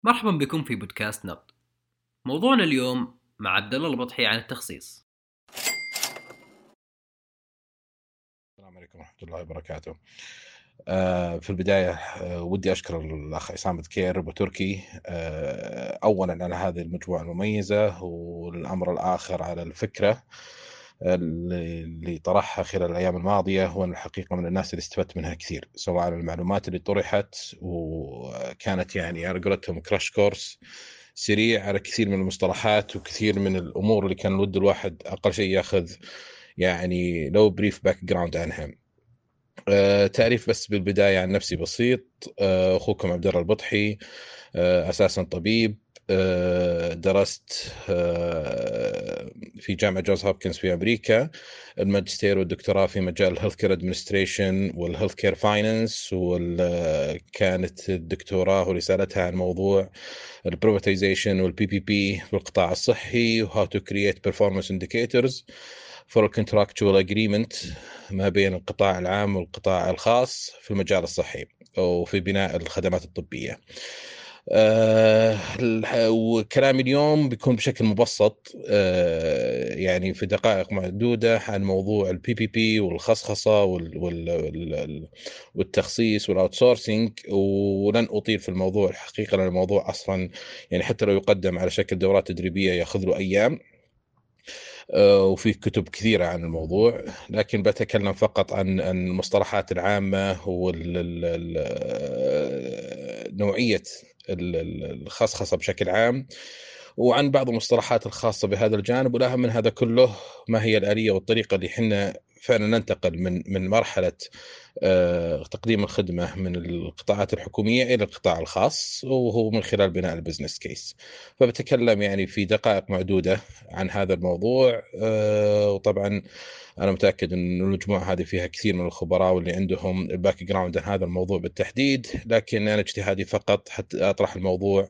مرحبا بكم في بودكاست نقد. موضوعنا اليوم مع عبد الله البطحي عن التخصيص. السلام عليكم ورحمة الله وبركاته. في البداية ودي أشكر الأخ عصام دكير أبو تركي، أولا على هذه المجموعة المميزة، والأمر الآخر على الفكرة اللي طرحها خلال الأيام الماضية. وأنا الحقيقة من الناس اللي استفدت منها كثير، سواء المعلومات اللي طرحت، وكانت يعني على قولتهم كراش كورس سريع على كثير من المصطلحات وكثير من الأمور اللي كان ود الواحد أقل شيء ياخذ يعني لو بريف باك جراوند عنها. تعريف بس بالبداية عن نفسي بسيط. أخوكم عبد الله البطحي، أساسا طبيب. درست في جامعة جونز هوبكنز في أمريكا، الماجستير والدكتوراه في مجال الهيلث كير ادمنستريشن والهيلث كير فاينانس، وكانت الدكتوراه ورسالتها عن موضوع البروفيتايزيشن والبي بي بي بالقطاع الصحي، وهاو تو كرييت بيرفورمانس انديكيتورز فور contractual agreement ما بين القطاع العام والقطاع الخاص في المجال الصحي وفي بناء الخدمات الطبية. وكلامي اليوم بيكون بشكل مبسط، يعني في دقائق معدودة، عن موضوع البي بي بي والخصخصة والتخصيص والاوتسورسينج. ولن أطيل في الموضوع الحقيقة، لأن الموضوع أصلا يعني حتى لو يقدم على شكل دورات تدريبية يأخذ له أيام، وفي كتب كثيرة عن الموضوع. لكن بتكلم فقط عن المصطلحات العامة نوعية الخصخصة بشكل عام، وعن بعض المصطلحات الخاصة بهذا الجانب. والأهم من هذا كله، ما هي الآلية والطريقة اللي حنا فعلا ننتقل من مرحلة تقديم الخدمة من القطاعات الحكومية إلى القطاع الخاص، وهو من خلال بناء البزنس كيس. فبتكلم يعني في دقائق معدودة عن هذا الموضوع. وطبعا أنا متأكد أن المجموعة هذه فيها كثير من الخبراء واللي عندهم الباك جراوند عن هذا الموضوع بالتحديد، لكن أنا اجتهادي فقط حتى أطرح الموضوع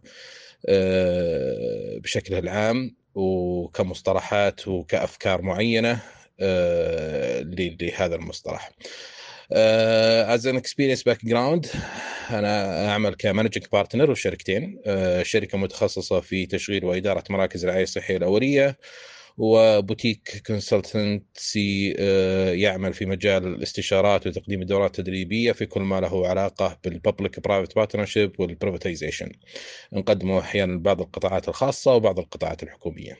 بشكله العام وكمصطلحات وكأفكار معينة لهذا المصطلح. as an experience background، أنا أعمل كمانجنج بارتنر وشركتين، شركة متخصصة في تشغيل وإدارة مراكز الرعاية الصحية الأولية، وبوتيك كونسلتنسي يعمل في مجال الاستشارات وتقديم الدورات التدريبية في كل ما له علاقة بالببليك برايفت بارتنرشيب والبرايفتيزيشن. نقدمه أحيانا بعض القطاعات الخاصة وبعض القطاعات الحكومية.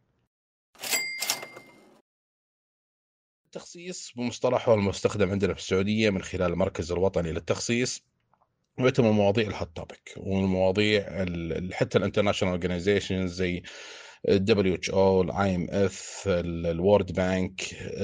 التخصيص بمصطلحه المستخدم عندنا في السعودية من خلال المركز الوطني للتخصيص، ويتم مواضيع الهوت توبيك والمواضيع حتى الانترناشونال اورجانيزيشنز زي الدبليو اتش او، الاي ام اف، الورد بانك،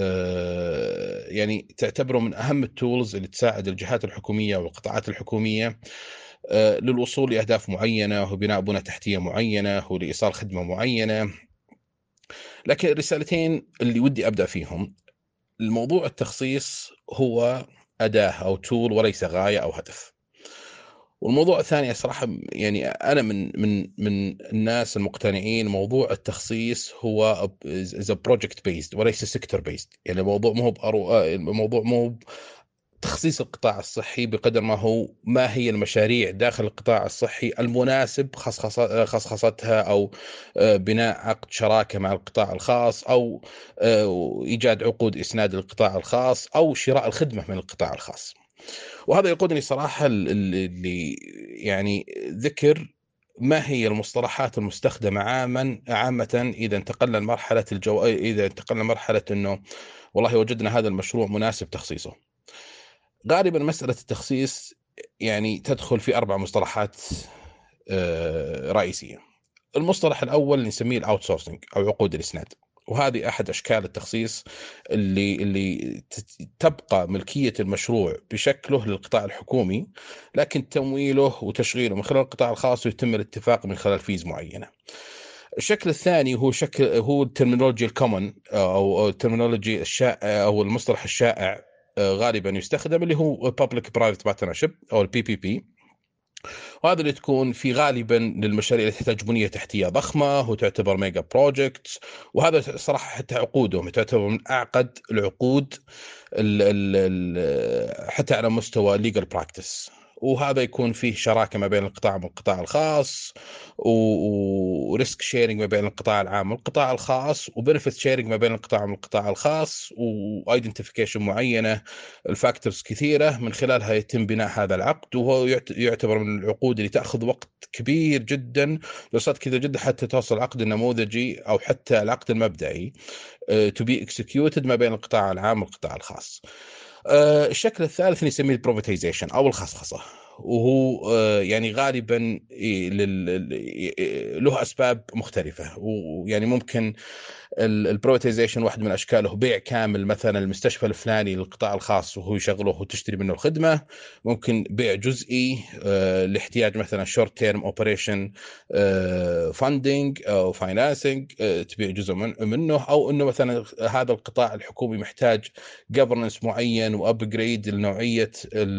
يعني تعتبره من اهم التولز اللي تساعد الجهات الحكوميه والقطاعات الحكوميه للوصول لاهداف معينه وبناء بنى تحتيه معينه ولايصال خدمه معينه. لكن الرسالتين اللي ودي ابدا فيهم، الموضوع التخصيص هو اداه او تول وليس غايه او هدف. والموضوع الثاني صراحة يعني أنا من الناس المقتنعين موضوع التخصيص هو is a project based وليس sector based. يعني الموضوع مو الموضوع مو تخصيص القطاع الصحي بقدر ما هو ما هي المشاريع داخل القطاع الصحي المناسب خصخصتها، أو بناء عقد شراكة مع القطاع الخاص، أو إيجاد عقود إسناد للقطاع الخاص، أو شراء الخدمة من القطاع الخاص. وهذا يقودني صراحة اللي يعني ذكر ما هي المصطلحات المستخدمة عامة إذا انتقلنا لمرحلة إذا انتقلنا لمرحلة إنه والله وجدنا هذا المشروع مناسب تخصيصه. غالبا مسألة التخصيص يعني تدخل في 4 مصطلحات رئيسية. المصطلح الأول اللي نسميه الأوتسورسنج أو عقود الإسناد، وهذه أحد أشكال التخصيص اللي تبقى ملكية المشروع بشكله للقطاع الحكومي، لكن تمويله وتشغيله من خلال القطاع الخاص ويتم الاتفاق من خلال فيز معينة. الشكل الثاني هو الترمينولوجي الكومن أو الترمينولوجي الشائع أو المصطلح الشائع غالبا يستخدم، اللي هو Public Private Partnership أو البي بي بي. وهذا اللي تكون في غالبا للمشاريع اللي تحتاج بنية تحتية ضخمة وتعتبر ميجا بروجكتس. وهذا صراحة حتى عقودهم تعتبر من أعقد العقود حتى على مستوى legal practice. وهذا يكون فيه شراكة ما بين القطاع والقطاع الخاص، وريسك شيرنج ما بين القطاع العام والقطاع الخاص، وبنفيت شيرنج ما بين القطاع والقطاع الخاص، وايدنتيفيكيشن معينة الفاكتورز كثيرة من خلالها يتم بناء هذا العقد. وهو يعتبر من العقود اللي تأخذ وقت كبير جدا، دراسات كثيرة جدا حتى توصل العقد النموذجي أو حتى العقد المبدئي to be executed ما بين القطاع العام والقطاع الخاص. الشكل الثالث نسميه البروفيتيزيشن أو الخصخصة، وهو يعني غالبا له أسباب مختلفة. ويعني ممكن البروفيتيزيشن واحد من اشكاله بيع كامل مثلا المستشفى الفلاني للقطاع الخاص وهو يشغله وتشتري منه الخدمه. ممكن بيع جزئي لاحتياج مثلا شورت تيرم اوبريشن فاندنج او فاينانسنج، تبيع جزء منه. او انه مثلا هذا القطاع الحكومي محتاج governance معين وابجريد لنوعيه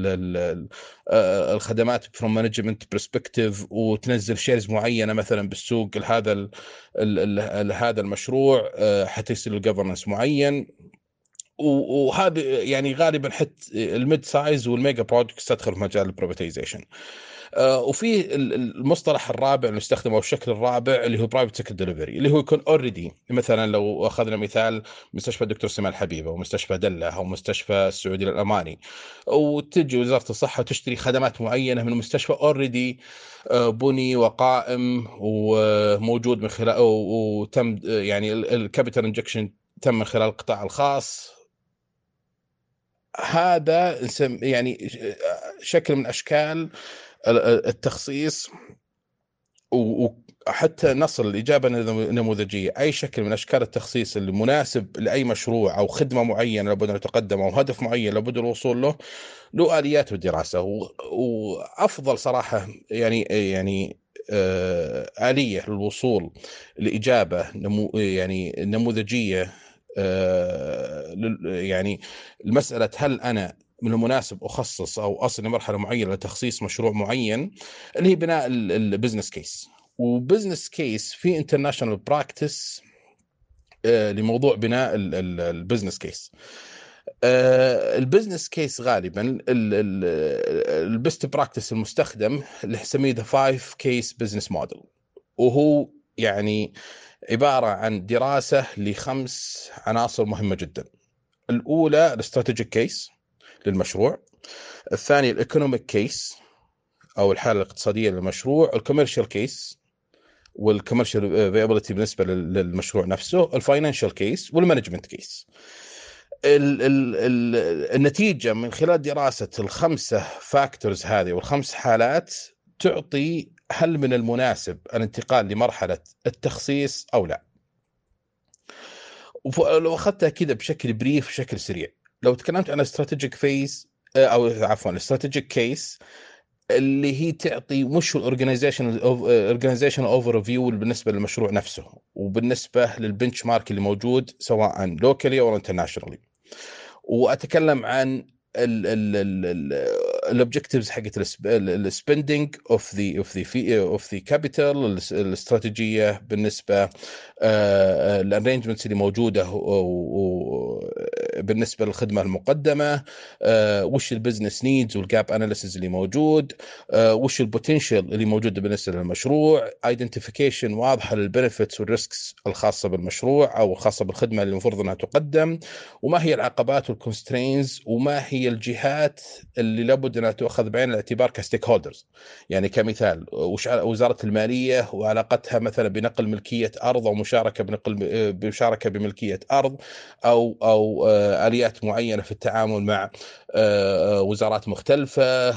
الخدمات فروم مانجمنت برسبكتيف، وتنزل شيرز معينه مثلا بالسوق لهذا هذا المشروع حتى يصير الجفرنس معين. وهذا يعني غالبا حتى الميد سايز والميجا بروجكتس تدخل في مجال البرايفتيزيشن. وفي المصطلح الرابع المستخدم او الشكل الرابع اللي هو برايفت سيكتور ديليفري، اللي هو يكون اوريدي مثلا لو اخذنا مثال مستشفى الدكتور سمال حبيبه ومستشفى دله او مستشفى السعودي الاماني، وتجي وزاره الصحه وتشتري خدمات معينه من مستشفى اوريدي بني وقائم وموجود من خلال وتم يعني الكابيتال انجكشن تم من خلال القطاع الخاص. هذا يعني شكل من اشكال التخصيص. وحتى نصل الإجابة النموذجية أي شكل من أشكال التخصيص اللي مناسب لأي مشروع أو خدمة معينة لابد أن نتقدم أو هدف معين لابد الوصول له آليات ودراسة. وأفضل صراحة يعني آلية للوصول لإجابة يعني نموذجية يعني المسألة هل أنا من المناسب أخصص أو أصل لمرحلة معينة لتخصيص مشروع معين، اللي هي بناء البزنس كيس. وبزنس كيس في انترناشونال براكتس لموضوع بناء البزنس كيس. البزنس كيس غالبا البست براكتس المستخدم اللي نسميه ذا 5 كيس بزنس موديل، وهو يعني عبارة عن دراسة ل5 عناصر مهمة جدا. الأولى الاستراتيجيك كيس للمشروع، الثاني الايكونوميك كيس او الحاله الاقتصاديه للمشروع، الكوميرشال كيس والكوميرشال فيابيليتي بالنسبه للمشروع نفسه، الفاينانشال كيس والمانجمنت كيس. النتيجه من خلال دراسه ال5 فاكتورز هذه وال5 حالات تعطي هل من المناسب الانتقال لمرحله التخصيص او لا. ولو اخذتها كذا بشكل بريف بشكل سريع، لو تكلمت عن استراتيجيك فيز او عفوا استراتيجيك كيس اللي هي تعطي مش الاورجنايزيشن اوفر فيو بالنسبه للمشروع نفسه وبالنسبه للبنش مارك اللي موجود سواء لوكالي او انترناشونالي. واتكلم عن الاوبجكتيفز حقت السبندنج اوف ذا كابيتال، الاستراتيجيه بالنسبه الارينجمنتس اللي موجوده بالنسبه للخدمه المقدمه، وش البزنس نيدز والجاب اناليسيز اللي موجود، وش البوتنشال اللي موجود بالنسبه للمشروع، ايدنتيفيكيشن واضحه للبنفيتس والريسكس الخاصه بالمشروع او الخاصه بالخدمه اللي المفروض انها تقدم، وما هي العقبات والكونسترينز، وما هي الجهات اللي لابد انها تؤخذ بعين الاعتبار كستيك هولدرز. يعني كمثال وزاره الماليه وعلاقتها مثلا بنقل ملكيه ارض او مشاركه بملكيه ارض او اليات معينه في التعامل مع وزارات مختلفه.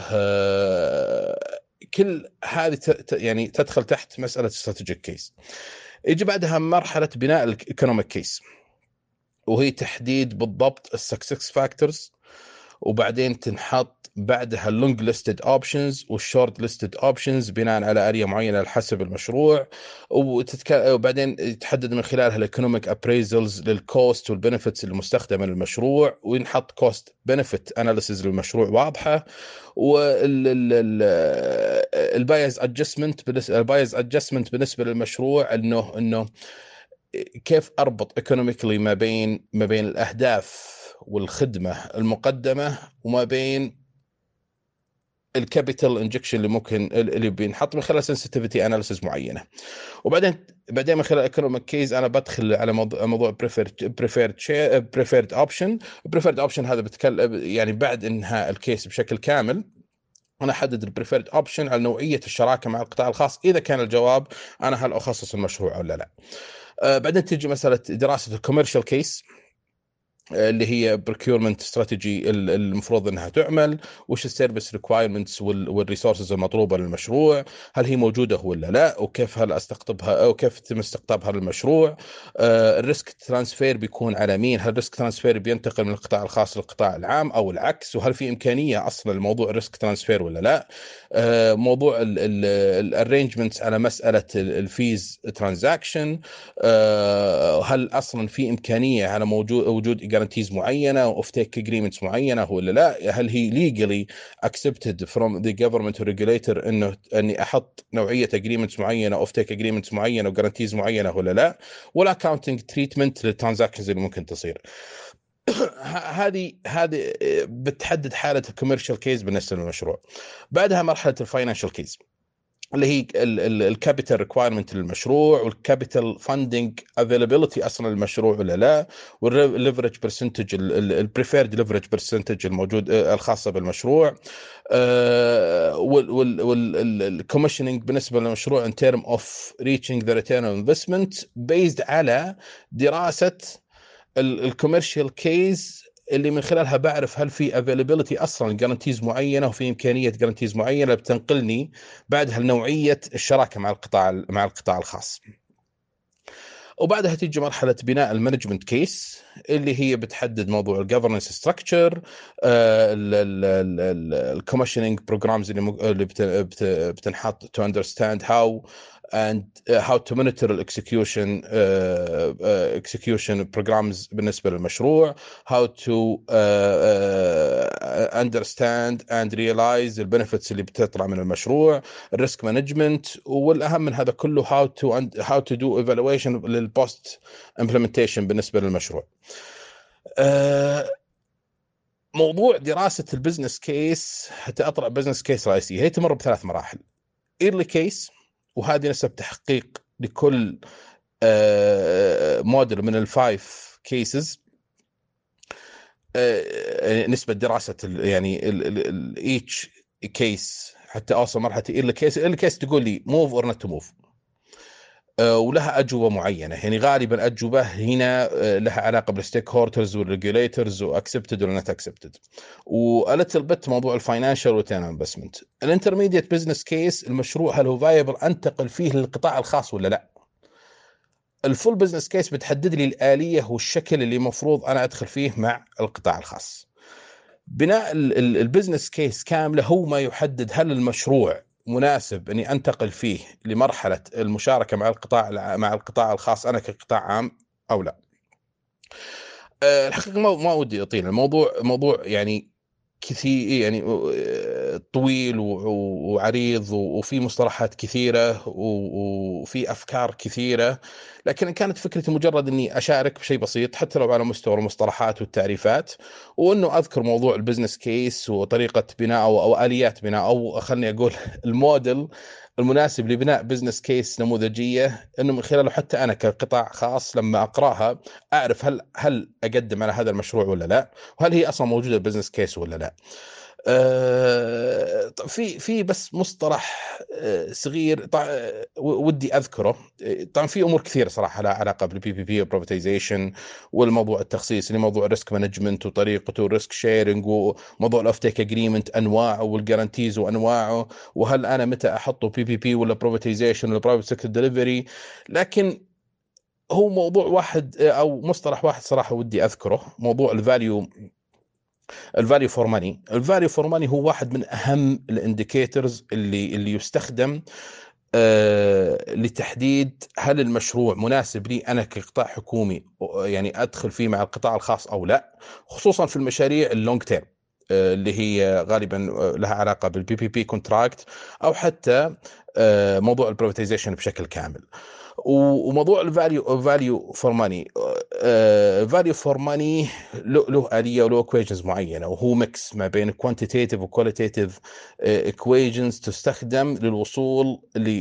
كل هذه يعني تدخل تحت مساله استراتيجيك كيس. يجي بعدها مرحله بناء الايكونوميك كيس، وهي تحديد بالضبط السكسس فاكتورز، وبعدين تنحط بعدها اللونج ليستد اوبشنز والشورت ليستد اوبشنز بناء على آلية معينة على حسب المشروع، وبعدين تحدد من خلالها الايكونوميك ابريزلز للكوست والبنفيتس المستخدمه للمشروع، وينحط كوست بنفيت اناليسيز للمشروع واضحه، والبايز ادجستمنت بالنسبه للمشروع انه كيف اربط ايكونوميكلي ما بين الاهداف والخدمه المقدمه وما بين الكابيتال انجكشن اللي ممكن اللي بينحط من خلال سنسيتيفيتي اناليسيس معينه. وبعدين من خلال ايكونوميك كيز انا بدخل على موضوع بريفيرد اوبشن. بريفيرد اوبشن هذا بتكلم يعني بعد انهاء الكيس بشكل كامل انا احدد البريفيرد اوبشن على نوعيه الشراكه مع القطاع الخاص، اذا كان الجواب انا هل اخصص المشروع ولا لا. بعدين تيجي مساله دراسه الكوميرشال كيس اللي هي procurement strategy المفروض انها تعمل، وش السيرفيس ريكوايرمنتس والريسورسز المطلوبه للمشروع، هل هي موجوده ولا لا، وكيف هل استقطبها او كيف يتم استقطابها للمشروع. الريسك ترانسفير بيكون على مين، هل الريسك ترانسفير بينتقل من القطاع الخاص للقطاع العام او العكس، وهل في امكانيه اصلا لموضوع الريسك ترانسفير ولا لا. موضوع الارينجمنتس على مساله الفيز ترانزاكشن، هل اصلا في امكانيه على وجود جارانتيز معينه اوف تيك اجريمنتس معينه ولا لا، هل هي legally accepted from the government or regulator اني احط نوعيه اجريمنتس معينه اوف تيك اجريمنتس معينه وجارانتيز معينه ولا لا، ولا كاونتنج تريتمنت للترانزاكشنز اللي ممكن تصير. هذه بتحدد حاله الكوميرشال كيس بالنسبه للمشروع. بعدها مرحله الفاينانشال كيس اللي هي الكابيتال ريكوايرمنت للمشروع، والكابيتال فاندنج افيلابيلتي اصلا للمشروع ولا لا، والليفرج برسنتج البريفيرد ليفرج برسنتج الموجود الخاصه بالمشروع، والكوميشننج بالنسبه للمشروع ان تيرم اوف ريتشنج ذا ريتيرن اون انفستمنت بيزد على دراسه الكوميرشال كيس اللي من خلالها بعرف هل في availability اصلا جارانتيز معينه وفي امكانيه جارانتيز معينه بتنقلني بعدها لنوعيه الشراكه مع القطاع الخاص. وبعدها تيجي مرحله بناء المانجمنت كيس اللي هي بتحدد موضوع الجفرنس ستراكشر، الكوميشننج بروجرامز اللي بتنحط to understand how to monitor execution programs بالنسبة للمشروع، how to understand and realize the benefits اللي بتطلع من المشروع، risk management، والأهم من هذا كله how to do evaluation للpost implementation بالنسبة للمشروع. موضوع دراسة البزنس كيس حتى أطلع بزنس كيس رئيسي هي تمر بثلاث مراحل. early case، وهذه نسب تحقيق لكل موديل من الفايف كيسز، نسبة دراسة يعني each case حتى أوصل مرحلة early case تقول لي move or not to move، ولها أجوبة معينة. يعني غالبا أجوبة هنا لها علاقة بالستيك هولدرز والريجوليترز واكسبتد ولا نوت اكسبتد، ولتل بت موضوع الفاينانشال والريتيرن انفستمنت. الانترميديت بزنس كيس المشروع هل هو فايبل انتقل فيه للقطاع الخاص ولا لا. الفول بزنس كيس بتحدد لي الآلية والشكل اللي مفروض أنا أدخل فيه مع القطاع الخاص. بناء البزنس كيس كاملة هو ما يحدد هل المشروع مناسب اني انتقل فيه لمرحله المشاركه مع القطاع الخاص انا كقطاع عام او لا. الحقيقه ما ودي اطيل الموضوع، موضوع يعني كثير يعني طويل وعريض وفي مصطلحات كثيره وفي افكار كثيره، لكن كانت فكرتي مجرد اني اشارك بشيء بسيط حتى لو على مستوى المصطلحات والتعريفات، وانه اذكر موضوع البزنس كيس وطريقه بناء او اليات بناء، او خلني اقول الموديل المناسب لبناء بزنس كيس نموذجيه، انه من خلاله حتى انا كقطاع خاص لما اقراها اعرف هل اقدم على هذا المشروع ولا لا، وهل هي اصلا موجوده بزنس كيس ولا لا. في بس مصطلح صغير ودي اذكره. طبعا في امور كثيره صراحه لها علاقه بالبي بي بي وبروفيتايزيشن والموضوع التخصيص لموضوع الريسك مانجمنت وطريقته وريسك شيرنج وموضوع الاوف تيك اجريمنت انواعه والجارانتيز وانواعه، وهل انا متى احطه بي بي بي ولا بروفيتايزيشن ولا برايفت سيكتور ديليفري. لكن هو موضوع واحد او مصطلح واحد صراحه ودي اذكره، موضوع الفاليو فور ماني. الفاليو فور ماني هو واحد من اهم الانديكيتورز اللي يستخدم لتحديد هل المشروع مناسب لي انا كقطاع حكومي يعني ادخل فيه مع القطاع الخاص او لا، خصوصا في المشاريع اللونج تيرم اللي هي غالبا لها علاقة بالبي بي بي كونتراكت، أو حتى موضوع البرايفتيزيشن بشكل كامل. وموضوع الفاليو فور ماني، فاليو فور ماني له آلية وله equations معينة، وهو ميكس ما بين quantitative و qualitative equations تستخدم للوصول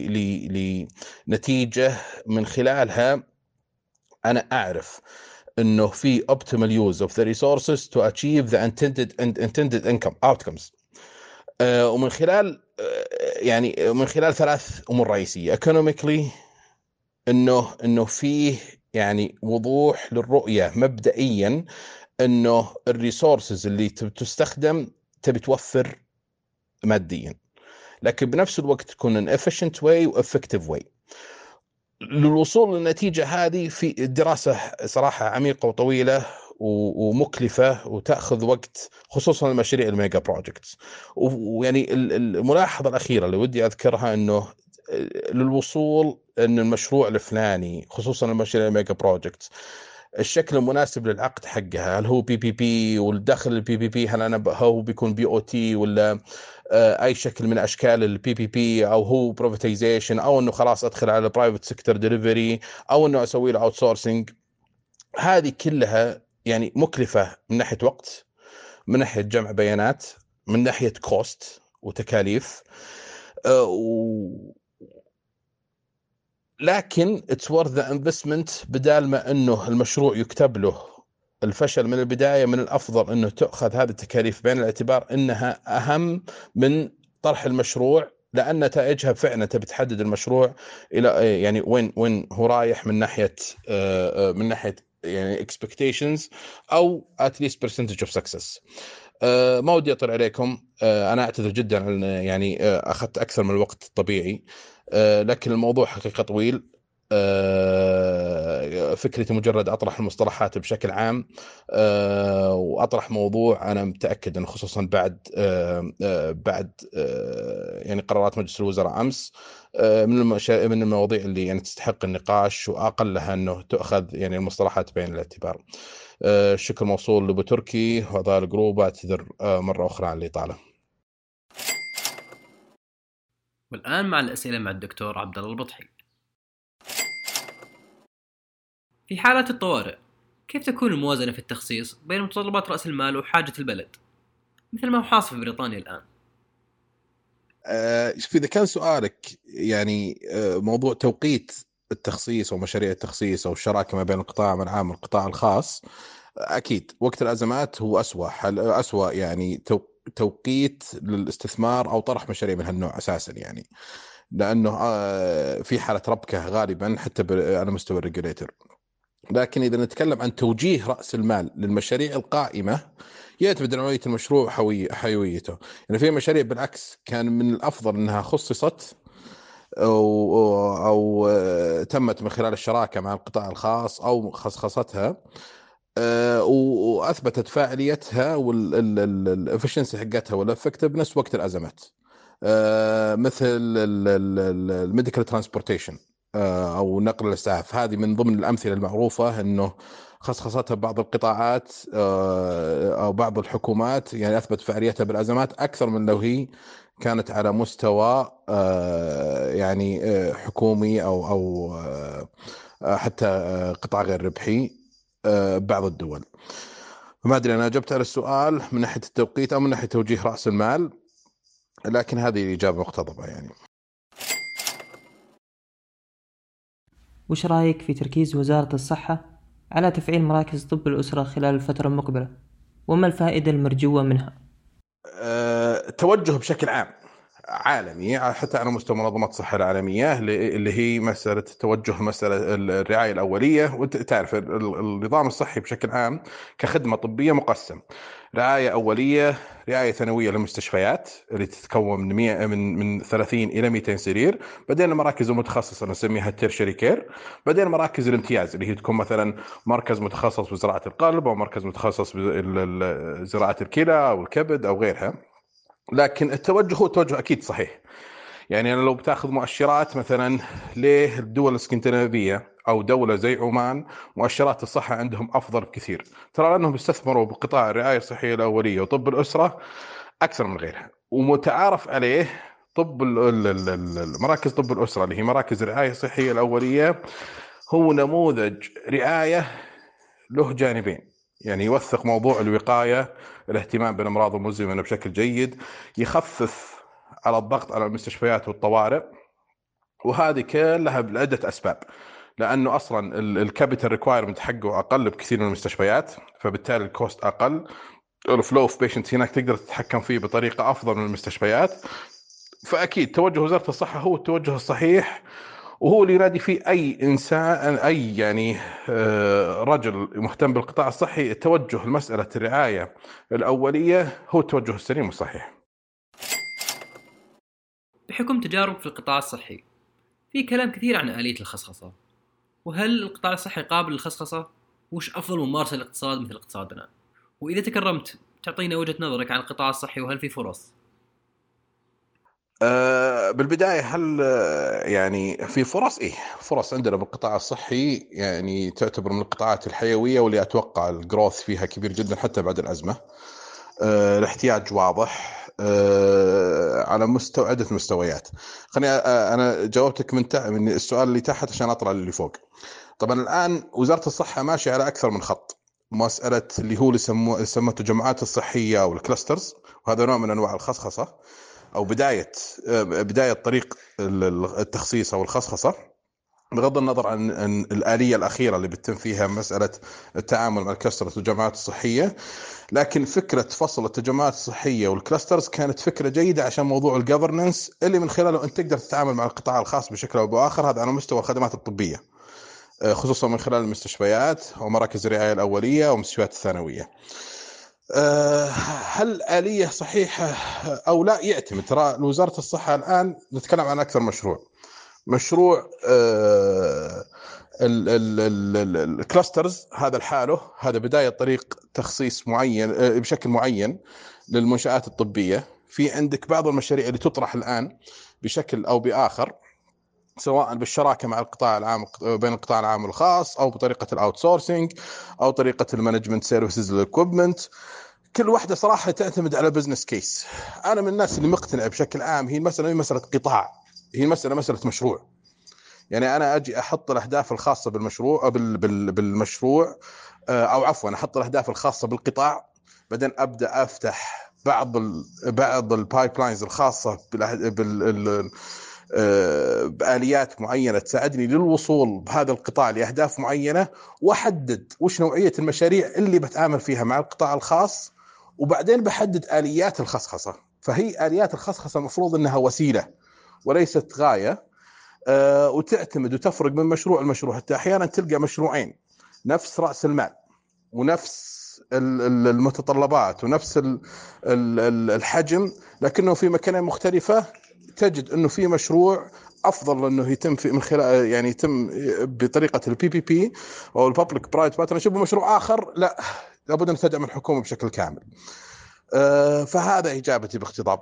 لنتيجة من خلالها أنا أعرف إنه في optimal use of the resources to achieve the intended income outcomes. ومن خلال يعني من خلال ثلاث أمور رئيسية: economically، إنه فيه يعني وضوح للرؤية مبدئيا إنه الريسورسز اللي تستخدم تبي توفر ماديا، لكن بنفس الوقت تكون an efficient way و effective way. للوصول للنتيجة هذه في دراسة صراحة عميقة وطويلة ومكلفة وتأخذ وقت، خصوصا المشاريع الميجا بروجكتس. ويعني الملاحظة الأخيرة اللي ودي أذكرها إنه للوصول إن المشروع الفلاني، خصوصا المشاريع الميجا بروجكتس، الشكل المناسب للعقد حقها، هل هو بي بي بي، والدخل البي بي بي هل أنا هو بيكون بي أو تي، ولا اي شكل من اشكال البي بي بي، او هو برايفتيزيشن، او انه خلاص ادخل على برايفت سيكتور ديليفري، او انه اسوي له اوت سورسنج. هذه كلها يعني مكلفه من ناحيه وقت، من ناحيه جمع بيانات، من ناحيه كوست وتكاليف. لكن it's worth the investment. بدال ما انه المشروع يكتب له الفشل من البداية، من الأفضل أنه تأخذ هذه التكاليف بعين الاعتبار أنها أهم من طرح المشروع، لأن نتائجها فعلا تبي تحدد المشروع إلى يعني وين هو رايح من ناحية يعني expectations أو at least percentage of success. ما ودي أطل عليكم، أنا أعتذر جدا عن يعني أخذت أكثر من الوقت الطبيعي، لكن الموضوع حقيقة طويل. فكرتي مجرد أطرح المصطلحات بشكل عام، وأطرح موضوع أنا متأكد أنه خصوصا بعد يعني قرارات مجلس الوزراء أمس، من المواضيع اللي يعني تستحق النقاش، وأقلها أنه تأخذ يعني المصطلحات بعين الاعتبار. الشكر موصول لأبو تركي وأعضاء الجروب، أعتذر مرة أخرى عن الإطالة. والآن مع الأسئلة مع الدكتور عبد الله البطحي. في حالة الطوارئ، كيف تكون الموازنة في التخصيص بين متطلبات رأس المال وحاجة البلد، مثل ما هو حاصل في بريطانيا الآن؟ إذا كان سؤالك يعني موضوع توقيت التخصيص أو مشاريع التخصيص أو الشراكة ما بين القطاع العام والقطاع الخاص، أكيد وقت الأزمات هو أسوأ يعني توقيت للاستثمار أو طرح مشاريع من هالنوع أساسا، يعني لأنه في حالة ربكة غالبا حتى على مستوى الريجوليتر. لكن إذا نتكلم عن توجيه رأس المال للمشاريع القائمة، يعتمد على نوعية المشروع وحيويته. يعني في مشاريع بالعكس كان من الأفضل أنها خصصت أو تمت من خلال الشراكة مع القطاع الخاص أو خصصتها وأثبتت فاعليتها والإفشنسي حقتها والإفكتفنس وقت الأزمات، مثل الميديكال ترانسبورتيشن أو نقل الإسعاف. هذه من ضمن الأمثلة المعروفة أنه خصصتها بعض القطاعات أو بعض الحكومات، يعني أثبت فعاليتها بالأزمات أكثر من لو هي كانت على مستوى يعني حكومي أو حتى قطاع غير ربحي بعض الدول. فما أدري أنا أجبت على السؤال من ناحية التوقيت أو من ناحية توجيه رأس المال، لكن هذه الإجابة مقتضبة يعني. وش رأيك في تركيز وزارة الصحة على تفعيل مراكز طب الأسرة خلال الفترة المقبلة، وما الفائدة المرجوة منها؟ توجه بشكل عام عالمي حتى على مستوى منظمة الصحة العالمية اللي هي مسألة توجه مسألة الرعاية الأولية. وانت تعرف النظام الصحي بشكل عام كخدمة طبية مقسم: رعاية أولية، رعاية ثانوية للمستشفيات اللي تتكون من 30 إلى 200 سرير، بعدين المراكز المتخصصة نسميها التيرشري كير، بعدين مراكز الامتياز اللي هي تكون مثلا مركز متخصص بزراعة القلب أو مركز متخصص بزراعة الكلى أو الكبد أو غيرها. لكن التوجه هو توجه أكيد صحيح. يعني أنا لو بتاخذ مؤشرات مثلا ليه الدول الاسكندنافية أو دولة زي عمان مؤشرات الصحة عندهم أفضل بكثير، ترى لأنهم استثمروا بقطاع الرعاية الصحية الأولية وطب الأسرة أكثر من غيرها. ومتعارف عليه طب مراكز طب الأسرة اللي هي مراكز الرعاية الصحية الأولية هو نموذج رعاية له جانبين، يعني يوثق موضوع الوقاية، الاهتمام بالأمراض المزمنة بشكل جيد، يخفف على الضغط على المستشفيات والطوارئ، وهذه كلها لعدة أسباب. لأنه أصلا الكابيتال ريكوايرمنت حقه أقل بكثير من المستشفيات، فبالتالي الكوست أقل، الفلو اوف بيشنتس هناك تقدر تتحكم فيه بطريقة أفضل من المستشفيات. فأكيد توجه وزارة الصحة هو التوجه الصحيح، وهو اللي ينادي فيه أي إنسان، أي يعني رجل مهتم بالقطاع الصحي. التوجه لمسألة الرعاية الأولية هو التوجه السليم والصحيح. بحكم تجارب في القطاع الصحي، في كلام كثير عن آلية الخصخصة، وهل القطاع الصحي قابل للخصخصة؟ وش أفضل ممارسة للاقتصاد مثل اقتصادنا؟ وإذا تكرمت تعطينا وجهة نظرك عن القطاع الصحي وهل في فرص؟ بالبداية هل يعني في فرص؟ إيه، فرص عندنا بالقطاع الصحي، يعني تعتبر من القطاعات الحيوية واللي أتوقع الجروث فيها كبير جدا حتى بعد الأزمة. الاحتياج واضح على عدة مستويات. خليني أنا جاوبتك من السؤال اللي تحت عشان أطلع للي فوق. طبعا الآن وزارة الصحة ماشية على أكثر من خط. مسألة اللي هو يسمى التجمعات الصحية أو الكلاسترز، وهذا نوع من أنواع الخصخصة أو بداية طريق التخصيص أو الخصخصة، بغض النظر عن الآلية الأخيرة اللي بتتم فيها مسألة التعامل مع الكلاسترز والجماعات الصحية. لكن فكرة فصل التجمعات الصحية والكلاسترز كانت فكرة جيدة عشان موضوع الجوفرننس اللي من خلاله أنت تقدر تتعامل مع القطاع الخاص بشكل أو بآخر، هذا على مستوى الخدمات الطبية، خصوصا من خلال المستشفيات ومراكز الرعاية الأولية ومستشفيات الثانوية. هل آلية صحيحة أو لا؟ يعتمد. ترى وزارة الصحة الآن نتكلم عن أكثر مشروع الكلاسترز، هذا الحاله هذا بداية طريق تخصيص معين بشكل معين للمنشآت الطبية. في عندك بعض المشاريع اللي تطرح الآن بشكل أو بآخر، سواء بالشراكة مع القطاع العام بين القطاع العام والخاص، أو بطريقة الأوتسورسينج، أو طريقة المانجمنت سيرفيسز للإكويبمنت. كل واحدة صراحة تعتمد على بزنس كيس. أنا من الناس اللي مقتنع بشكل عام هي مسألة قطاع، هي مسألة مشروع. يعني أنا أجي أحط الأهداف الخاصة بالمشروع بالمشروع أو عفوا أحط الأهداف الخاصة بالقطاع، بعدين أبدأ أفتح بعض البايبلاينز الخاصة بآليات معينة تساعدني للوصول بهذا القطاع لأهداف معينة، وأحدد وش نوعية المشاريع اللي بتعامل فيها مع القطاع الخاص، وبعدين بحدد آليات الخصخصة. فهي آليات الخصخصة المفروض أنها وسيلة وليست غاية. وتعتمد وتفرق من مشروع لمشروع. حتى أحيانا تلقى مشروعين نفس رأس المال ونفس المتطلبات ونفس الحجم، لكنه في مكانين مختلفة. تجد أنه في مشروع أفضل أنه يتم من خلال يعني يتم بطريقة البي بي بي أو البابليك برايفت بارتنرشيب، ومشروع آخر لا، لابد أن تدعم الحكومة بشكل كامل. فهذا إجابتي باختصار.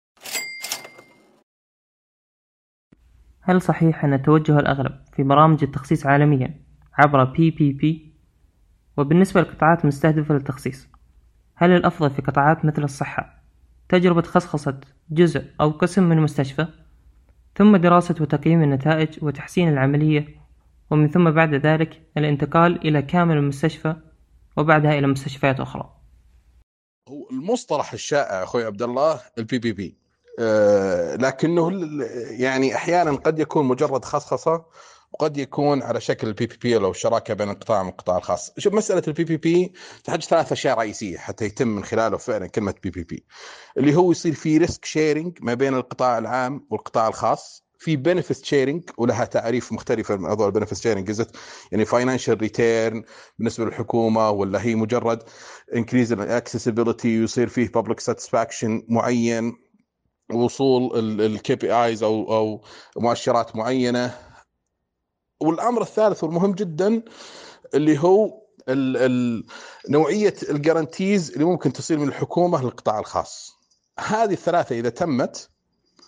هل صحيح أن التوجه الأغلب في برامج التخصيص عالميا عبر PPP؟ وبالنسبة للقطاعات المستهدفة للتخصيص، هل الأفضل في قطاعات مثل الصحة تجربة خصخصة جزء أو قسم من المستشفى، ثم دراسة وتقييم النتائج وتحسين العملية، ومن ثم بعد ذلك الانتقال إلى كامل المستشفى وبعدها إلى مستشفيات أخرى؟ هو المصطلح الشائع أخوي عبد الله البي بي بي، لكنه يعني أحيانا قد يكون مجرد خصخصة، وقد يكون على شكل البي بي بي لو الشراكة بين القطاع والقطاع الخاص. شوف، مسألة البي بي بي تحتاج 3 أشياء رئيسية حتى يتم من خلاله فعلا كلمة بي بي بي، اللي هو يصير في ريسك شيرينج ما بين القطاع العام والقطاع الخاص، في بنفيت شيرينج ولها تعريف مختلفة. موضوع البنفيت شيرينج يعني فاينانشال ريتيرن بالنسبة للحكومة، ولا هي مجرد increase accessibility ويصير فيه public satisfaction معين، وصول الكي بي ايز او مؤشرات معينه. والامر الثالث والمهم جدا اللي هو نوعيه الجارانتيز اللي ممكن تصير من الحكومه للقطاع الخاص. هذه الثلاثه اذا تمت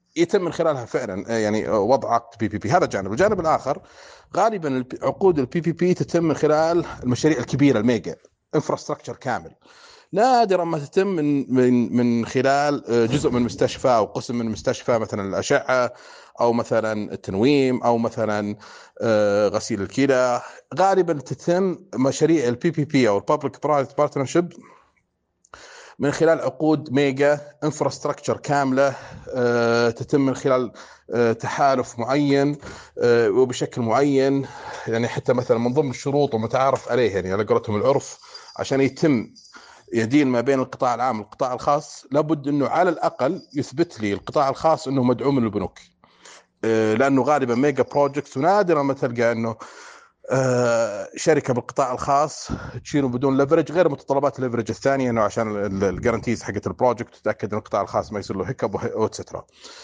يتم من خلالها فعلا يعني وضع عقد بي بي بي. هذا جانب. الجانب الآخر غالبا عقود البي بي بي تتم من خلال المشاريع الكبيرة الميجا انفراستراكشر كامل. نادرا ما تتم من خلال جزء من مستشفى او قسم من مستشفى، مثلا الاشعه او مثلا التنويم او مثلا غسيل الكلى. غالبا تتم مشاريع البي بي بي او الببليك برايفت بارتنرشيب من خلال عقود ميجا انفراستراكشر كامله، تتم من خلال تحالف معين وبشكل معين. يعني حتى مثلا من ضمن الشروط ومتعارف عليه يعني على قولتهم العرف، عشان يتم يدين ما بين القطاع العام والقطاع الخاص، لابد انه على الاقل يثبت لي القطاع الخاص انه مدعوم من البنوك، لانه غالبا ميجا بروجكتس ونادرا ما تلقى انه شركه بالقطاع الخاص تشيله بدون ليفرج، غير متطلبات الليفرج الثانيه انه عشان الجارانتيز حقت البروجكت تتاكد ان القطاع الخاص ما يصير له هيكب واتسترا.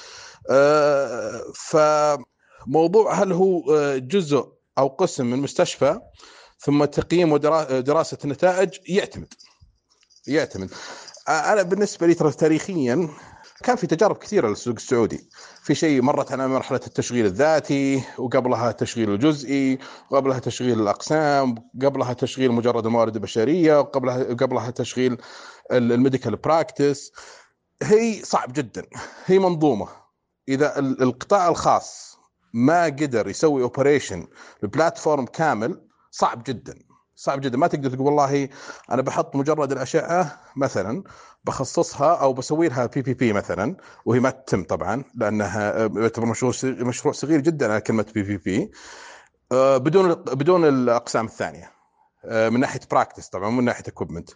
فموضوع هل هو جزء او قسم من مستشفى ثم تقييم ودراسه النتائج يعتمد. انا بالنسبه لي ترى تاريخيا كان في تجارب كثيره للسوق السعودي. في شيء مرت على مرحله التشغيل الذاتي، وقبلها التشغيل الجزئي، وقبلها تشغيل الاقسام، قبلها تشغيل مجرد الموارد البشريه، وقبلها تشغيل الميديكال براكتس. هي صعب جدا، هي منظومه. اذا القطاع الخاص ما قدر يسوي اوبريشن البلاتفورم كامل، صعب جدا ما تقدر تقول والله انا بحط مجرد الاشعه مثلا بخصصها او بسوي لها بي بي بي مثلا، وهي ما تتم طبعا لانها يعتبر مشروع صغير جدا على كلمه بي بي بي، بدون الاقسام الثانيه من ناحيه براكتس طبعا، من ناحيه اكويبمنت.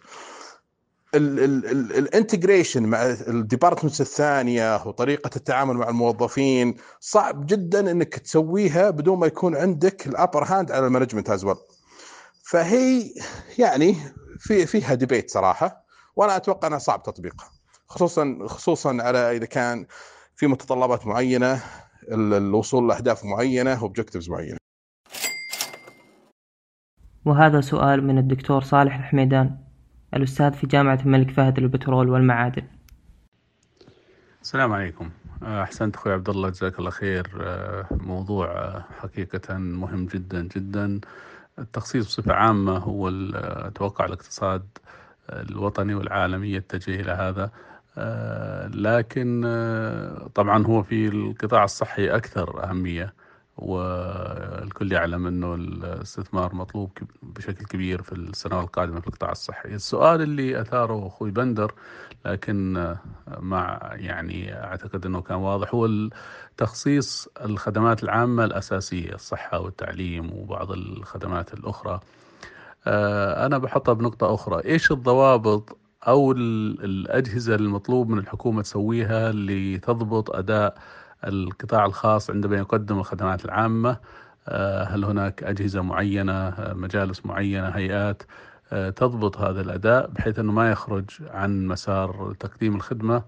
الانتجريشن مع الديبارتمنتس الثانيه وطريقه التعامل مع الموظفين صعب جدا انك تسويها بدون ما يكون عندك الابر هاند على المانجمنت از ويل. فهي يعني فيها ديبيت صراحه، وانا اتوقع انها صعب تطبيقها، خصوصا على اذا كان في متطلبات معينه، الوصول لاهداف معينه واوبجكتيفز معينه. وهذا سؤال من الدكتور صالح الحميدان، الأستاذ في جامعة الملك فهد للبترول والمعادن. السلام عليكم. أحسنت أخوي عبد الله، جزاك الله خير. موضوع حقيقة مهم جدا جدا. التخصيص بصفة عامة هو أتوقع الاقتصاد الوطني والعالمي يتجه إلى هذا، لكن طبعا هو في القطاع الصحي أكثر أهمية، والكل يعلم أنه الاستثمار مطلوب بشكل كبير في السنوات القادمة في القطاع الصحي. السؤال اللي أثاره أخوي بندر لكن مع يعني أعتقد أنه كان واضح، هو تخصيص الخدمات العامة الأساسية، الصحة والتعليم وبعض الخدمات الأخرى. أنا بحطها بنقطة أخرى، إيش الضوابط أو الأجهزة المطلوب من الحكومة تسويها لتضبط أداء القطاع الخاص عندما يقدم الخدمات العامة؟ هل هناك أجهزة معينة، مجالس معينة، هيئات تضبط هذا الأداء بحيث أنه ما يخرج عن مسار تقديم الخدمة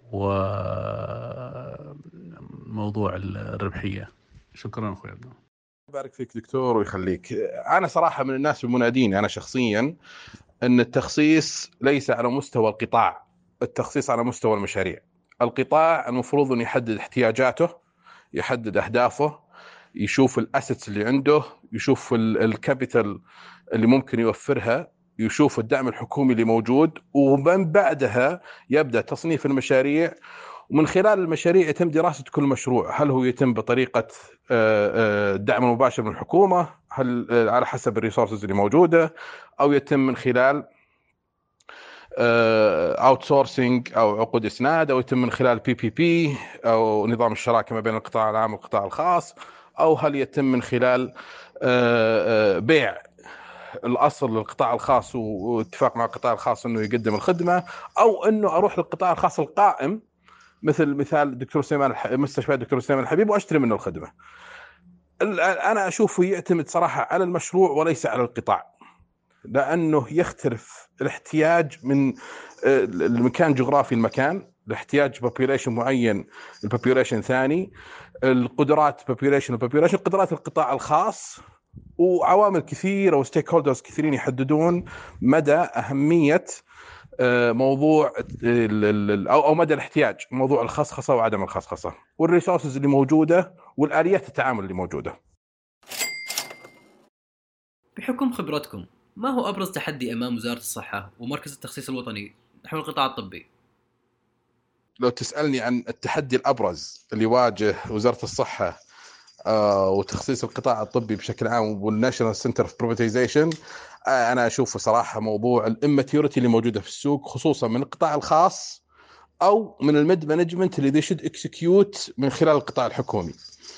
وموضوع الربحية؟ شكرا أخوي عبد الله. بارك فيك دكتور ويخليك. أنا صراحة من الناس المنادين أنا شخصيا أن التخصيص ليس على مستوى القطاع، التخصيص على مستوى المشاريع. القطاع المفروض أن يحدد احتياجاته، يحدد أهدافه، يشوف الأسيتس اللي عنده، يشوف الكابيتال اللي ممكن يوفرها، يشوف الدعم الحكومي اللي موجود، ومن بعدها يبدأ تصنيف المشاريع. ومن خلال المشاريع يتم دراسة كل مشروع، هل هو يتم بطريقة الدعم المباشر من الحكومة، هل على حسب الريسورسز اللي موجودة، أو يتم من خلال اوتسورسينج او عقود اسناد، او يتم من خلال بي بي بي او نظام الشراكه ما بين القطاع العام والقطاع الخاص، او هل يتم من خلال بيع الاصل للقطاع الخاص واتفاق مع القطاع الخاص انه يقدم الخدمه، او انه اروح للقطاع الخاص القائم مثل مثال الدكتور سليمان مستشفى الدكتور سليمان الحبيب واشتري منه الخدمه. انا اشوفه يعتمد صراحه على المشروع وليس على القطاع، لأنه يختلف الاحتياج من المكان جغرافي المكان، الاحتياج population معين البوبيوليشن ثاني، القدرات قدرات القطاع الخاص، وعوامل كثيرة وستيك هولدرز كثيرين يحددون مدى أهمية موضوع او مدى الاحتياج، موضوع الخصخصه وعدم الخصخصه، والريسورسز اللي موجوده، والاليات التعامل اللي موجوده. بحكم خبرتكم، ما هو أبرز تحدي أمام وزارة الصحة ومركز التخصيص الوطني نحو القطاع الطبي؟ لو تسالني عن التحدي الابرز اللي يواجه وزاره الصحه وتخصيص القطاع الطبي بشكل عام والناشونال سنتر اوف برايفيتايزيشن، انا اشوفه صراحه موضوع الاماتيوريتي اللي موجوده في السوق، خصوصا من القطاع الخاص او من الميد مانجمنت اللي شد اكسكيوت من خلال القطاع الحكومي.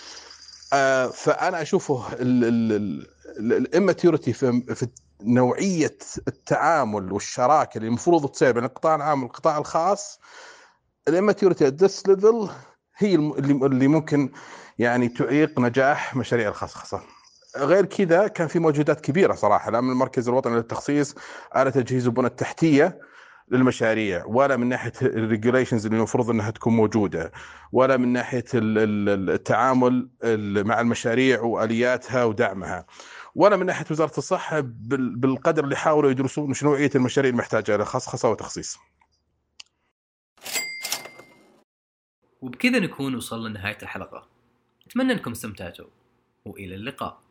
فانا اشوفه الاماتيوريتي في نوعيه التعامل والشراكه اللي المفروض تصير بين القطاع العام والقطاع الخاص. الاماتيوريتي ات ذس ليفل هي اللي ممكن يعني تعيق نجاح مشاريع الخصخصه. غير كذا كان في موجودات كبيره صراحه، لا من المركز الوطني للتخصيص على تجهيز البنى التحتيه للمشاريع، ولا من ناحيه الريجوليشنز اللي المفروض انها تكون موجوده، ولا من ناحيه التعامل مع المشاريع والياتها ودعمها، ولا من ناحيه وزاره الصحه بالقدر اللي حاولوا يدرسون شنو نوعيه المشاريع المحتاجه لخصخصه وتخصيص. وبكذا نكون وصلنا لنهاية الحلقة. أتمنى أنكم استمتعتوا، وإلى اللقاء.